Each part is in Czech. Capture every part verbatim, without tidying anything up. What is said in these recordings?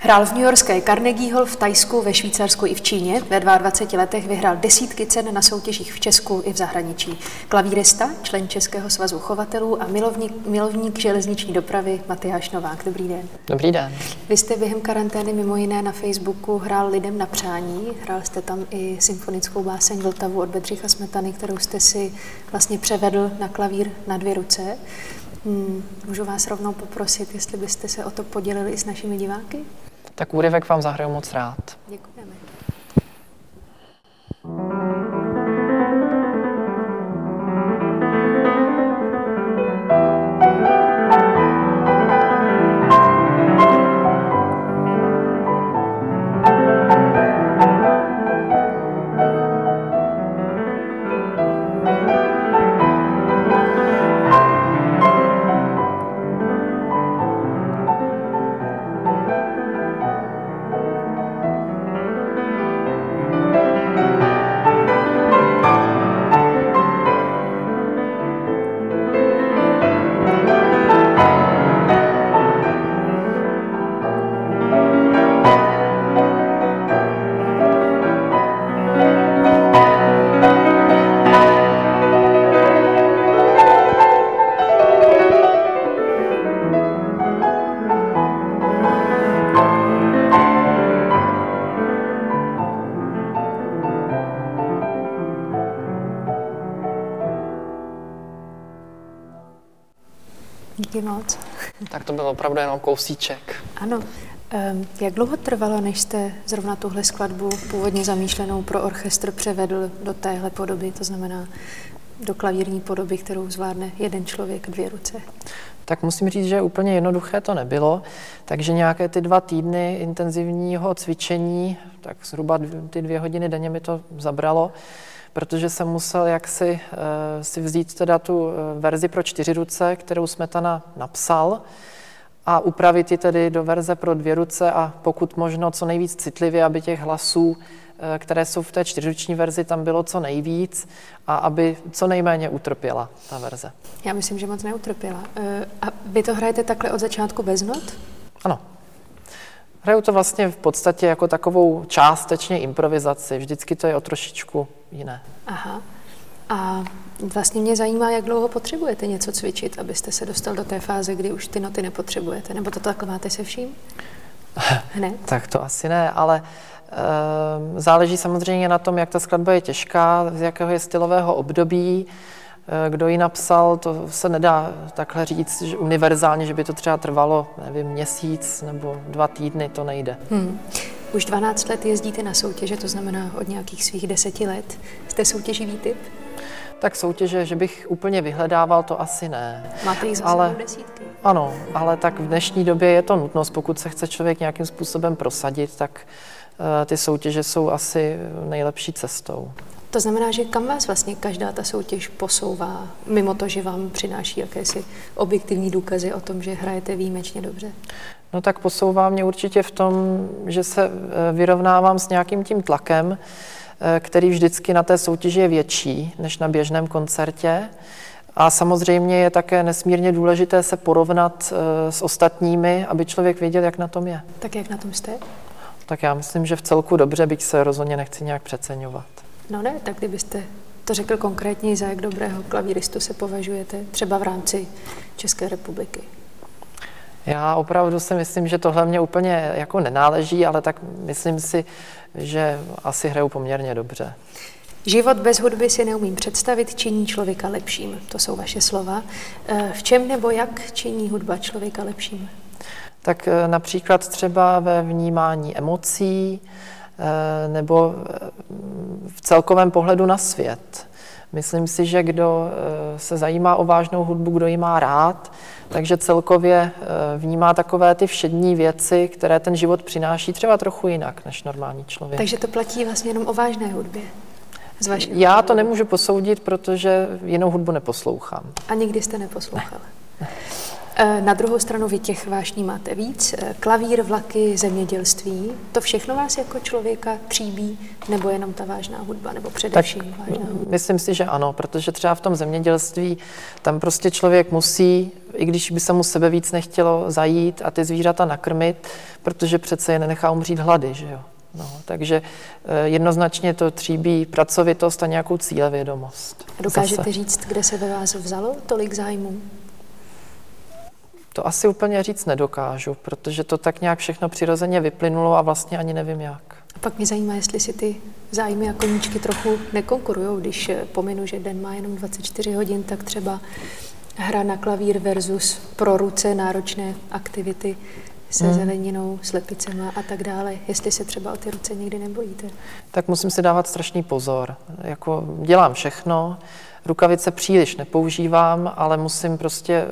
Hrál v newyorské Carnegie Hall, v Thajsku, ve Švýcarsku i v Číně. Ve dvaadvaceti letech vyhrál desítky cen na soutěžích v Česku i v zahraničí. Klavírista, člen Českého svazu chovatelů a milovník, milovník železniční dopravy Matyáš Novák. Dobrý den. Dobrý den. Vy jste během karantény mimo jiné na Facebooku hrál lidem na přání. Hrál jste tam i symfonickou báseň Vltavu od Bedřicha Smetany, kterou jste si vlastně převedl na klavír na dvě ruce. Hmm, můžu vás rovnou poprosit, jestli byste se o to podělili i s našimi diváky? Tak úryvek vám zahraju moc rád. Děkujeme. Díky moc. Tak to byl opravdu jenom kousíček. Ano. Jak dlouho trvalo, než jste zrovna tuhle skladbu původně zamýšlenou pro orchestr převedl do téhle podoby, to znamená do klavírní podoby, kterou zvládne jeden člověk dvě ruce? Tak musím říct, že úplně jednoduché to nebylo, takže nějaké ty dva týdny intenzivního cvičení, tak zhruba ty dvě hodiny denně mi to zabralo, protože jsem musel jaksi uh, si vzít teda tu uh, verzi pro čtyři ruce, kterou Smetana napsal, a upravit ji tedy do verze pro dvě ruce a pokud možno co nejvíc citlivě, aby těch hlasů, uh, které jsou v té čtyřruční verzi, tam bylo co nejvíc a aby co nejméně utrpěla ta verze. Já myslím, že moc neutrpěla. Uh, a vy to hrajete takhle od začátku bez not? Ano. Hraju to vlastně v podstatě jako takovou částečně improvizaci. Vždycky to je o trošičku jiné. Aha. A vlastně mě zajímá, jak dlouho potřebujete něco cvičit, abyste se dostal do té fáze, kdy už ty noty nepotřebujete. Nebo to takhle máte se vším? Hned? Tak to asi ne, ale e, záleží samozřejmě na tom, jak ta skladba je těžká, z jakého je stylového období, e, kdo ji napsal, to se nedá takhle říct že univerzálně, že by to třeba trvalo, nevím, měsíc nebo dva týdny, to nejde. Hmm. Už dvanáct let jezdíte na soutěže, to znamená od nějakých svých deseti let. Jste soutěživý typ? Tak soutěže, že bych úplně vyhledával, to asi ne. Máte jich za ale, sebou desítky? Ano, ale tak v dnešní době je to nutnost. Pokud se chce člověk nějakým způsobem prosadit, tak uh, ty soutěže jsou asi nejlepší cestou. To znamená, že kam vás vlastně každá ta soutěž posouvá, mimo to, že vám přináší jakési objektivní důkazy o tom, že hrajete výjimečně dobře? No tak posouvá mě určitě v tom, že se vyrovnávám s nějakým tím tlakem, který vždycky na té soutěži je větší než na běžném koncertě. A samozřejmě je také nesmírně důležité se porovnat s ostatními, aby člověk věděl, jak na tom je. Tak jak na tom jste? Tak já myslím, že v celku dobře, byť se rozhodně nechci nějak přeceňovat. No ne, tak kdybyste to řekl konkrétně, za jak dobrého klavíristu se považujete třeba v rámci České republiky? Já opravdu si myslím, že tohle mě úplně jako nenáleží, ale tak myslím si, že asi hraju poměrně dobře. Život bez hudby si neumím představit, činí člověka lepším. To jsou vaše slova. V čem nebo jak činí hudba člověka lepším? Tak například třeba ve vnímání emocí nebo v celkovém pohledu na svět. Myslím si, že kdo se zajímá o vážnou hudbu, kdo ji má rád, takže celkově vnímá takové ty všední věci, které ten život přináší třeba trochu jinak než normální člověk. Takže to platí vlastně jenom o vážné hudbě? Já to nemůžu posoudit, protože jinou hudbu neposlouchám. A nikdy jste neposlouchala? Ne. Na druhou stranu vy těch vášní máte víc. Klavír, vlaky, zemědělství. To všechno vás jako člověka tříbí, nebo jenom ta vážná hudba, nebo především tak vážná hudba? Myslím si, že ano, protože třeba v tom zemědělství tam prostě člověk musí, i když by se mu sebe víc nechtělo zajít a ty zvířata nakrmit, protože přece je nenechá umřít hlady, že jo. No, takže jednoznačně to tříbí pracovitost a nějakou cílevědomost. Dokážete Zase. říct, kde se ve vás vzalo tolik zájmů? To asi úplně říct nedokážu, protože to tak nějak všechno přirozeně vyplynulo a vlastně ani nevím jak. A pak mě zajímá, jestli si ty zájmy a koníčky trochu nekonkurujou, když pominu, že den má jenom dvacet čtyři hodin, tak třeba hra na klavír versus pro ruce náročné aktivity se hmm. zeleninou, slepicema a tak dále. Jestli se třeba o ty ruce někdy nebojíte? Tak musím si dávat strašný pozor. Jako dělám všechno, rukavice příliš nepoužívám, ale musím prostě e,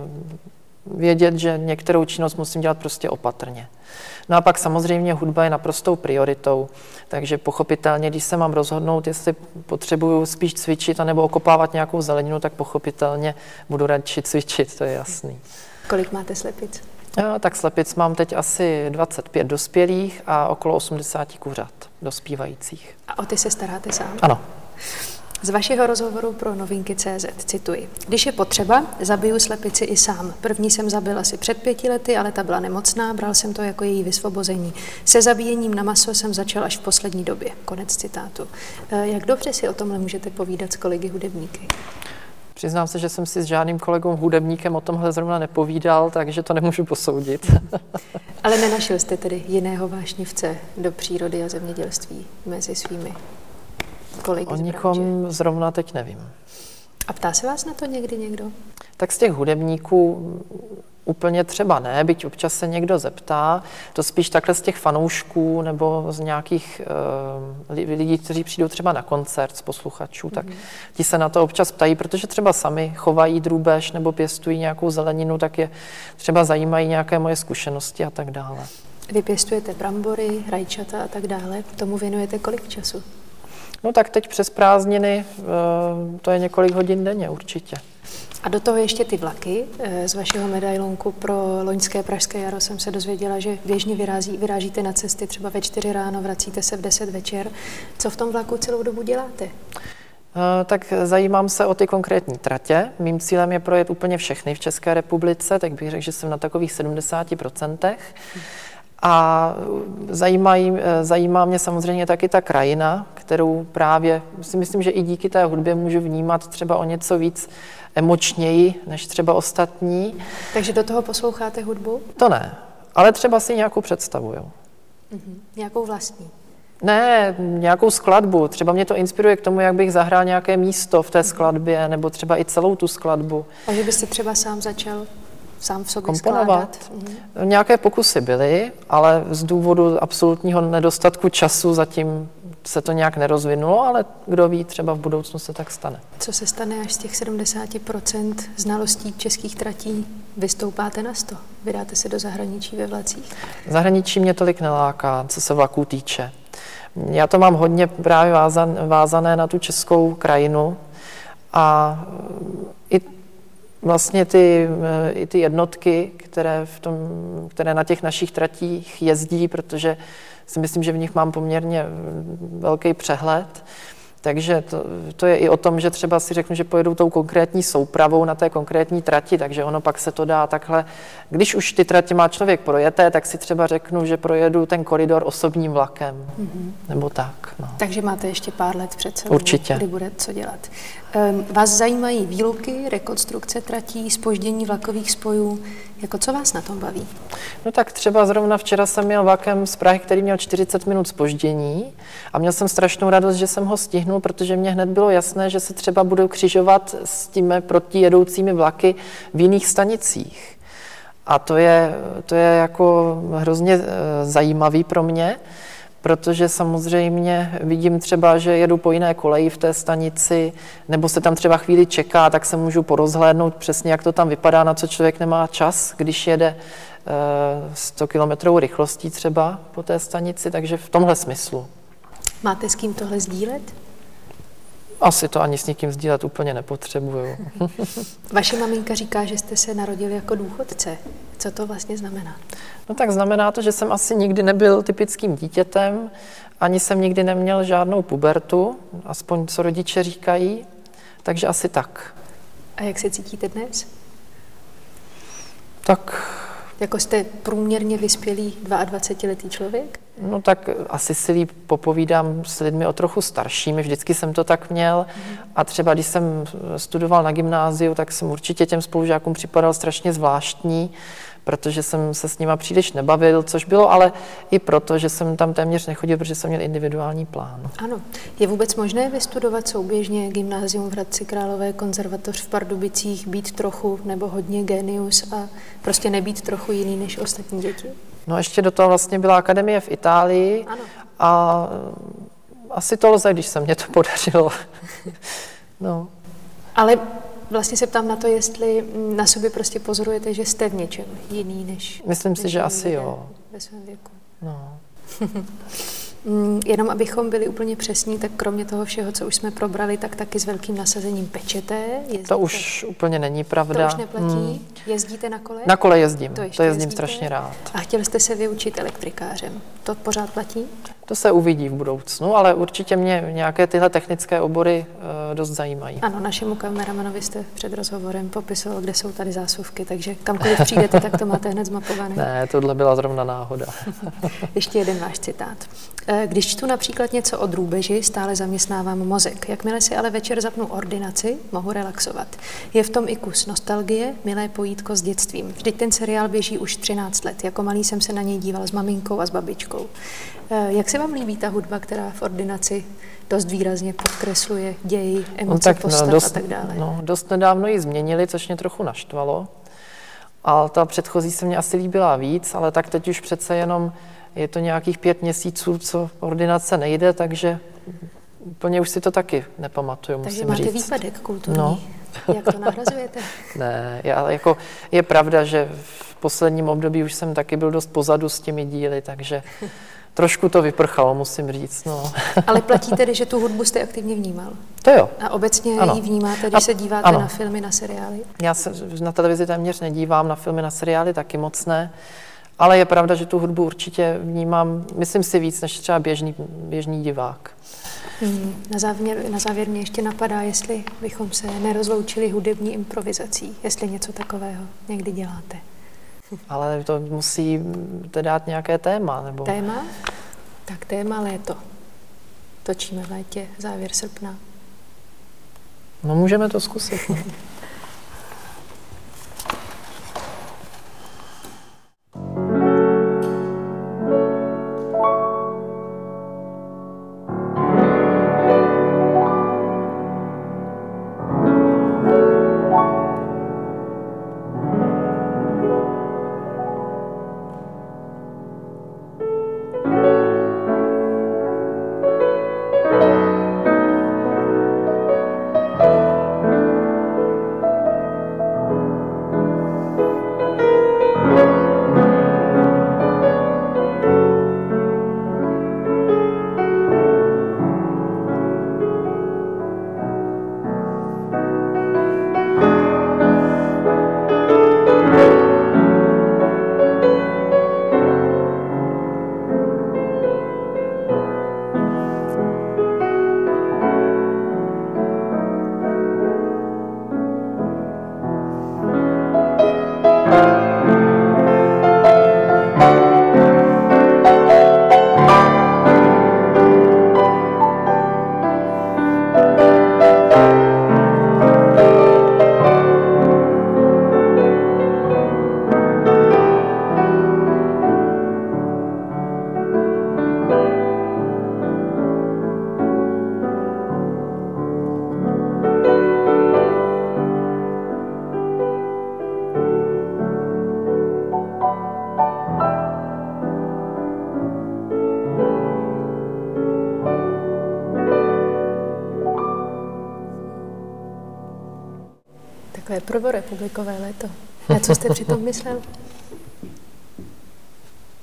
vědět, že některou činnost musím dělat prostě opatrně. No a pak samozřejmě hudba je naprostou prioritou, takže pochopitelně, když se mám rozhodnout, jestli potřebuju spíš cvičit anebo okopávat nějakou zeleninu, tak pochopitelně budu radši cvičit, to je jasný. Kolik máte slepic? No, tak slepic mám teď asi dvacet pět dospělých a okolo osmdesát kuřat dospívajících. A o ty se staráte sám? Ano. Z vašeho rozhovoru pro novinky tečka cé zet cituji. Když je potřeba, zabiju slepici i sám. První jsem zabil asi před pěti lety, ale ta byla nemocná, bral jsem to jako její vysvobození. Se zabíjením na maso jsem začal až v poslední době. Konec citátu. Jak dobře si o tomhle můžete povídat s kolegy hudebníky? Přiznám se, že jsem si s žádným kolegou hudebníkem o tomhle zrovna nepovídal, takže to nemůžu posoudit. Ale nenašel jste tedy jiného vášnivce do přírody a zemědělství mezi svými kolegy? O nikom zrovna teď nevím. A ptá se vás na to někdy někdo? Tak z těch hudebníků úplně třeba ne, byť občas se někdo zeptá, to spíš takhle z těch fanoušků nebo z nějakých uh, lidí, kteří přijdou třeba na koncert z posluchačů, mm-hmm. tak ti se na to občas ptají, protože třeba sami chovají drůbež nebo pěstují nějakou zeleninu, tak je třeba zajímají nějaké moje zkušenosti a tak dále. Vy pěstujete brambory, rajčata a tak dále, tomu věnujete kolik času? No tak teď přes prázdniny, to je několik hodin denně určitě. A do toho ještě ty vlaky. Z vašeho medailonku pro loňské Pražské jaro jsem se dozvěděla, že běžně vyrazí, vyrážíte na cesty třeba ve čtyři ráno, vracíte se v deset večer. Co v tom vlaku celou dobu děláte? Tak zajímám se o ty konkrétní tratě. Mým cílem je projet úplně všechny v České republice, tak bych řekl, že jsem na takových sedmdesáti procentech. A zajímají, zajímá mě samozřejmě taky ta krajina, kterou právě si myslím, že i díky té hudbě můžu vnímat třeba o něco víc emočněji než třeba ostatní. Takže do toho posloucháte hudbu? To ne, ale třeba si nějakou představuju. Mm-hmm. Nějakou vlastní? Ne, nějakou skladbu. Třeba mě to inspiruje k tomu, jak bych zahrál nějaké místo v té skladbě, nebo třeba i celou tu skladbu. A že byste třeba sám začal sám v sobě komponovat. skládat? Mhm. Nějaké pokusy byly, ale z důvodu absolutního nedostatku času zatím se to nějak nerozvinulo, ale kdo ví, třeba v budoucnu se tak stane. Co se stane, až z těch sedmdesáti procent znalostí českých tratí vystoupáte na sto? Vydáte se do zahraničí ve vlacích? Zahraničí mě tolik neláká, co se vlaků týče. Já to mám hodně právě vázan, vázané na tu českou krajinu a i vlastně ty, i ty jednotky, které, v tom, které na těch našich tratích jezdí, protože si myslím, že v nich mám poměrně velký přehled. Takže to, to je i o tom, že třeba si řeknu, že pojedu tou konkrétní soupravou na té konkrétní trati, takže ono pak se to dá takhle. Když už ty tratě má člověk projeté, tak si třeba řeknu, že projedu ten koridor osobním vlakem. Mm-hmm. Nebo tak. No. Takže máte ještě pár let před sebou, určitě, kdy bude co dělat. Um, vás zajímají výluky, rekonstrukce tratí, zpoždění vlakových spojů. Jako co vás na tom baví? No tak třeba zrovna včera jsem měl vlakem z Prahy, který měl čtyřicet minut zpoždění a měl jsem strašnou radost, že jsem ho stihnul, protože mě hned bylo jasné, že se třeba budou křižovat s těmi protijedoucími vlaky v jiných stanicích. A to je, to je jako hrozně zajímavý pro mě, protože samozřejmě vidím třeba, že jedu po jiné koleji v té stanici, nebo se tam třeba chvíli čeká, tak se můžu porozhlédnout přesně, jak to tam vypadá, na co člověk nemá čas, když jede sto kilometrů rychlostí třeba po té stanici, takže v tomhle smyslu. Máte s kým tohle sdílet? asi to ani s nikým sdílet úplně nepotřebuju. Vaše maminka říká, že jste se narodil jako důchodce. Co to vlastně znamená? No tak znamená to, že jsem asi nikdy nebyl typickým dítětem, ani jsem nikdy neměl žádnou pubertu, aspoň co rodiče říkají, takže asi tak. A jak se cítíte dnes? Tak... Jako jste průměrně vyspělý dvaadvacetiletý člověk? No tak asi si líp popovídám s lidmi o trochu staršími, vždycky jsem to tak měl. Mm. A třeba když jsem studoval na gymnáziu, tak jsem určitě těm spolužákům připadal strašně zvláštní, protože jsem se s nima příliš nebavil, což bylo ale i proto, že jsem tam téměř nechodil, protože jsem měl individuální plán. Ano. Je vůbec možné vystudovat souběžně gymnázium v Hradci Králové, konzervatoř v Pardubicích, být trochu nebo hodně génius a prostě nebýt trochu jiný než ostatní děti? No ještě do toho vlastně byla akademie v Itálii. Ano. A asi to lze, když se mně to podařilo. No. Ale vlastně se ptám na to, jestli na sobě prostě pozorujete, že jste v něčem jiný než... Myslím si, že asi jo. Ve svém věku. No. Jenom abychom byli úplně přesní, tak kromě toho všeho, co už jsme probrali, tak taky s velkým nasazením pečete. Jezdíte? To už úplně není pravda. To už neplatí? Hmm. Jezdíte na kole? Na kole jezdím, to, to jezdím jezdíte? strašně rád. A chtěl jste se vyučit elektrikářem. To pořád platí? To se uvidí v budoucnu, ale určitě mě nějaké tyhle technické obory uh, dost zajímají. Ano, našemu kameramanovi jste před rozhovorem popisoval, kde jsou tady zásuvky, takže kamkoliv přijdete, tak to máte hned zmapované. Ne, tohle byla zrovna náhoda. Ještě jeden váš citát. Když čtu například něco o drůbeži, stále zaměstnávám mozek. Jakmile si ale večer zapnu ordinaci, mohu relaxovat. Je v tom i kus nostalgie, milé pojítko s dětstvím. Vždyť ten seriál běží už třináct let. Jako malý jsem se na něj díval s maminkou a s babičkou. Jak se vám líbí ta hudba, která v ordinaci dost výrazně podkresluje děj, emoce, no tak, postav no, dost, a tak dále? No, dost nedávno ji změnili, což mě trochu naštvalo. Ale ta předchozí se mě asi líbila víc, ale tak teď už přece jenom je to nějakých pět měsíců, co ordinace nejde, takže úplně už si to taky nepamatuju, takže musím říct. Takže máte výpadek kulturní. No. Jak to nahrazujete? Ne, já, jako, je pravda, že v posledním období už jsem taky byl dost pozadu s těmi díly, takže trošku to vyprchalo, musím říct. No. Ale platí tedy, že tu hudbu jste aktivně vnímal? To jo. A obecně ano. ji vnímáte, když A, se díváte ano. na filmy, na seriály? Já se na televizi téměř nedívám, na filmy, na seriály taky moc ne. Ale je pravda, že tu hudbu určitě vnímám, myslím si, víc než třeba běžný, běžný divák. Hmm. Na, závěr, na závěr mě ještě napadá, jestli bychom se nerozloučili hudební improvizací, jestli něco takového někdy děláte. Ale to musí dát nějaké téma, nebo... Téma? Tak téma léto. Točíme v létě, závěr srpna. No můžeme to zkusit. No. Takové prvorepublikové léto. Na co jste přitom myslel?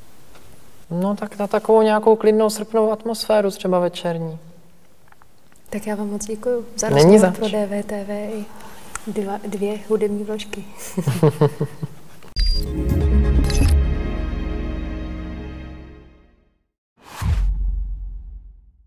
No tak na takovou nějakou klidnou srpnovou atmosféru, třeba večerní. Tak já vám moc děkuju za Není rozhovor zač. pro D V T V i dva, dvě hudební vložky.